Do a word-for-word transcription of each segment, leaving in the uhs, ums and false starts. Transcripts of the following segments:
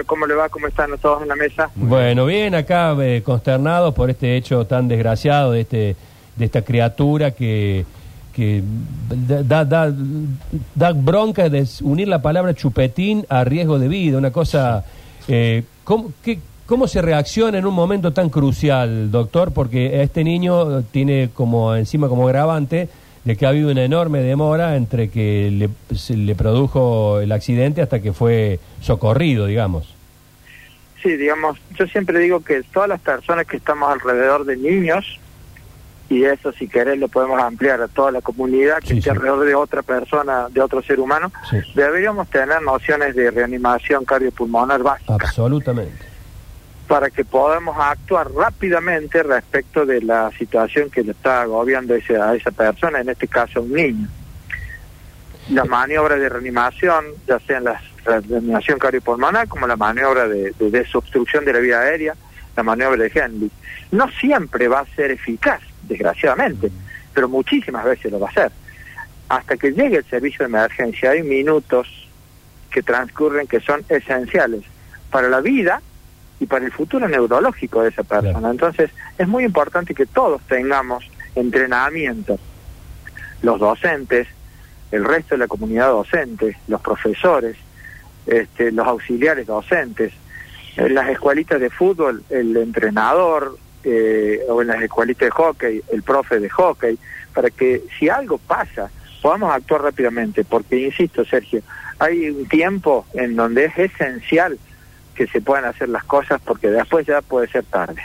¿cómo le va? ¿Cómo están todos en la mesa? Bueno, bien, acá eh, consternados por este hecho tan desgraciado de este de esta criatura que, que da, da, da bronca de unir la palabra chupetín a riesgo de vida, una cosa... Eh, ¿cómo, qué, ¿Cómo se reacciona en un momento tan crucial, doctor? Porque este niño tiene como encima como agravante de que ha habido una enorme demora entre que le, se le produjo el accidente hasta que fue socorrido, digamos. Sí, digamos, yo siempre digo que todas las personas que estamos alrededor de niños, y eso si querés lo podemos ampliar a toda la comunidad que sí, esté sí. alrededor de otra persona, de otro ser humano, sí. deberíamos tener nociones de reanimación cardiopulmonar básica. Absolutamente. Para que podamos actuar rápidamente respecto de la situación que le está agobiando ese, a esa persona, en este caso un niño. Las maniobras de reanimación, ya sean la reanimación cardiopulmonar como la maniobra de, de desobstrucción de la vía aérea, la maniobra de Henle, no siempre va a ser eficaz, desgraciadamente, pero muchísimas veces lo va a ser. Hasta que llegue el servicio de emergencia hay minutos que transcurren que son esenciales para la vida y para el futuro neurológico de esa persona. Claro. Entonces, es muy importante que todos tengamos entrenamiento, los docentes, el resto de la comunidad docente, los profesores, este, los auxiliares docentes, en las escuelitas de fútbol, el entrenador, eh, o en las escuelitas de hockey, el profe de hockey, para que si algo pasa, podamos actuar rápidamente, porque, insisto, Sergio, hay un tiempo en donde es esencial que se puedan hacer las cosas, porque después ya puede ser tarde.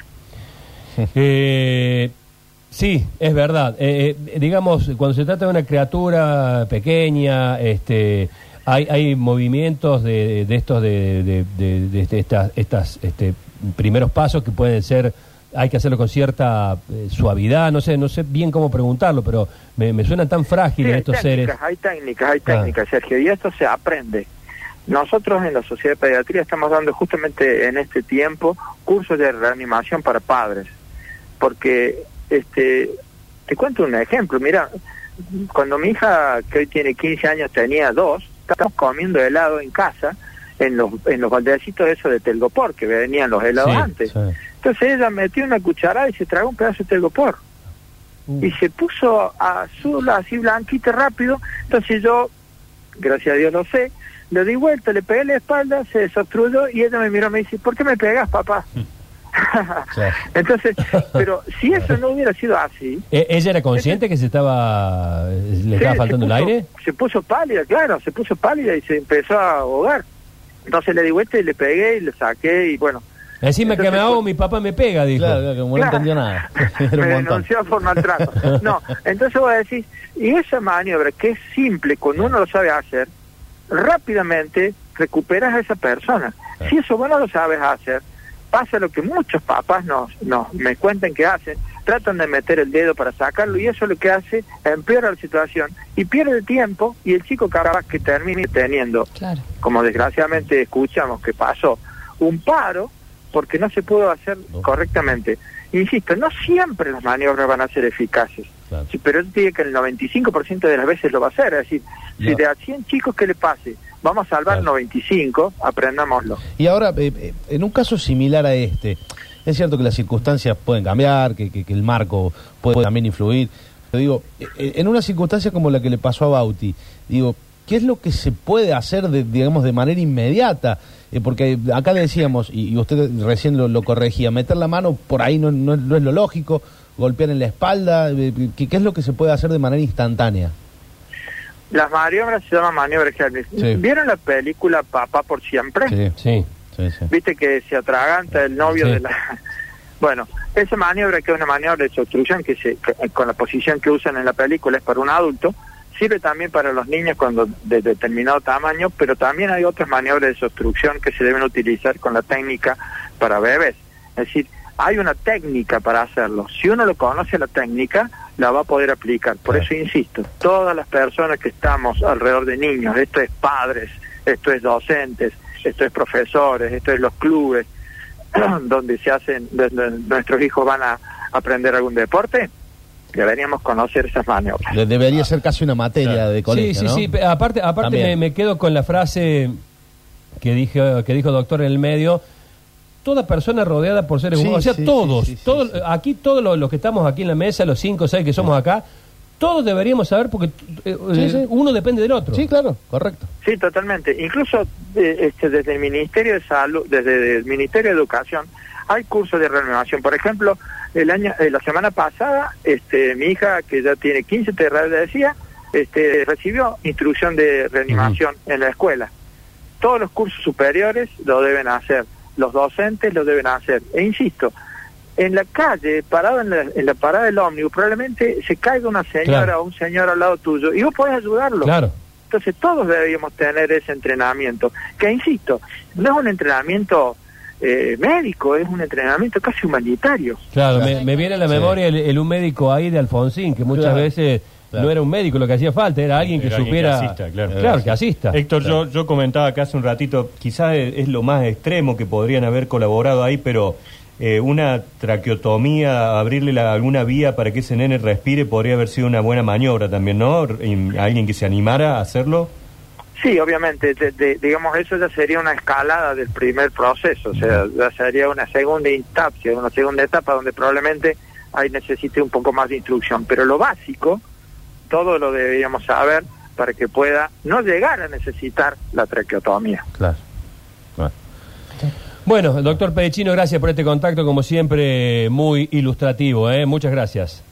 Eh, sí, es verdad. Eh, eh, digamos, cuando se trata de una criatura pequeña, este, hay, hay movimientos de, de estos de, de, de, de, de estas, estas este, primeros pasos que pueden ser, hay que hacerlo con cierta eh, suavidad, no sé, no sé bien cómo preguntarlo, pero me, me suenan tan frágiles sí, estos técnicas, seres. Hay técnicas, hay técnicas, ah. Sergio, y esto se aprende. Nosotros en la Sociedad de Pediatría estamos dando justamente en este tiempo cursos de reanimación para padres, porque este te cuento un ejemplo. Mira, cuando mi hija, que hoy tiene quince años, tenía dos, estábamos comiendo helado en casa, en los en los baldecitos esos de telgopor, que venían los helados sí, antes. Sí. Entonces ella metió una cucharada y se tragó un pedazo de telgopor. Uh. Y se puso azul, así blanquita, rápido. Entonces yo, gracias a Dios lo sé, le di vuelta, le pegué la espalda, se desobstruyó y ella me miró y me dice, ¿por qué me pegas, papá? Sí. Entonces, pero si eso no hubiera sido así... ¿Ella era consciente que se estaba le sí, estaba faltando puso, el aire? Se puso pálida, claro, se puso pálida y se empezó a ahogar. Entonces le di vuelta y le pegué y le saqué y bueno... Encima entonces, que me ahogo, mi papá me pega, dijo. Claro, claro, como claro, no entendió nada. Me denunció por maltrato. No, entonces voy a decir, y esa maniobra que es simple, cuando uno lo sabe hacer, rápidamente recuperas a esa persona. Sí. Si eso vos no lo sabes hacer, pasa lo que muchos papás nos, nos me cuentan que hacen, tratan de meter el dedo para sacarlo y eso lo que hace empeora la situación y pierde tiempo y el chico capaz que termine teniendo, claro, como desgraciadamente escuchamos que pasó, un paro porque no se pudo hacer no. correctamente. Insisto, no siempre las maniobras van a ser eficaces. Claro. Sí, pero yo te digo que el noventa y cinco por ciento de las veces lo va a hacer. Es decir, no. si de a cien chicos que le pase, vamos a salvar claro. noventa y cinco, aprendámoslo. Y ahora, eh, en un caso similar a este, es cierto que las circunstancias pueden cambiar, que, que, que el marco puede también influir. Pero digo, eh, en una circunstancia como la que le pasó a Bauti, digo, ¿qué es lo que se puede hacer, de, digamos, de manera inmediata? Eh, porque acá le decíamos, y, y usted recién lo, lo corregía, meter la mano por ahí no, no, no es lo lógico, golpear en la espalda, eh, ¿qué, ¿qué es lo que se puede hacer de manera instantánea? Las maniobras se llaman maniobras Henle. Sí. ¿Vieron la película Papá por Siempre? Sí, sí, sí, sí. ¿Viste que se atraganta el novio sí. de la... Bueno, esa maniobra, que es una maniobra de desobstrucción, que, se, que con la posición que usan en la película es para un adulto, sirve también para los niños cuando de determinado tamaño, pero también hay otras maniobras de desobstrucción que se deben utilizar con la técnica para bebés. Es decir, hay una técnica para hacerlo. Si uno lo conoce la técnica, la va a poder aplicar. Por eso insisto, todas las personas que estamos alrededor de niños, esto es padres, esto es docentes, esto es profesores, esto es los clubes, donde se hacen, donde nuestros hijos van a aprender algún deporte, deberíamos conocer esas maniobras. Debería ser casi una materia claro. de colegio, sí, sí, ¿no? Sí, sí, aparte, aparte me, me quedo con la frase que dijo, que dijo doctor en el medio, toda persona rodeada por seres Sí, humanos, o sea, sí, todos, sí, sí, todos sí, sí. aquí todos los, los que estamos aquí en la mesa, los cinco o seis que somos acá, todos deberíamos saber porque eh, Sí, sí. uno depende del otro. Sí, claro, correcto. Sí, totalmente. Incluso eh, este, desde el Ministerio de Salud, desde el Ministerio de Educación, hay cursos de reanimación. Por ejemplo, el año, eh, la semana pasada, este, mi hija, que ya tiene quince, te decía, este, recibió instrucción de reanimación uh-huh. en la escuela. Todos los cursos superiores lo deben hacer, los docentes lo deben hacer. E insisto, en la calle, parado en la, en la parada del ómnibus, probablemente se caiga una señora claro. o un señor al lado tuyo y vos podés ayudarlo. Claro. Entonces todos deberíamos tener ese entrenamiento, que insisto, no es un entrenamiento eh, médico, es un entrenamiento casi humanitario. Claro, me, me viene a la memoria sí. el, el un médico ahí de Alfonsín, que muchas claro. veces... Claro. No era un médico lo que hacía falta, era alguien que era supiera... Alguien que asista, claro. claro, que asista. Héctor, claro. yo, yo comentaba acá hace un ratito, quizás es, es lo más extremo que podrían haber colaborado ahí, pero eh, una traqueotomía, abrirle la, alguna vía para que ese nene respire, podría haber sido una buena maniobra también, ¿no? Y, alguien que se animara a hacerlo. Sí, obviamente, de, de, digamos, eso ya sería una escalada del primer proceso, o sea, ya sería una segunda instancia, una segunda etapa donde probablemente ahí necesite un poco más de instrucción, pero lo básico... todo lo deberíamos saber para que pueda no llegar a necesitar la traqueotomía. Claro. Bueno, bueno doctor Pedicino, gracias por este contacto, como siempre, muy ilustrativo, ¿eh? Muchas gracias.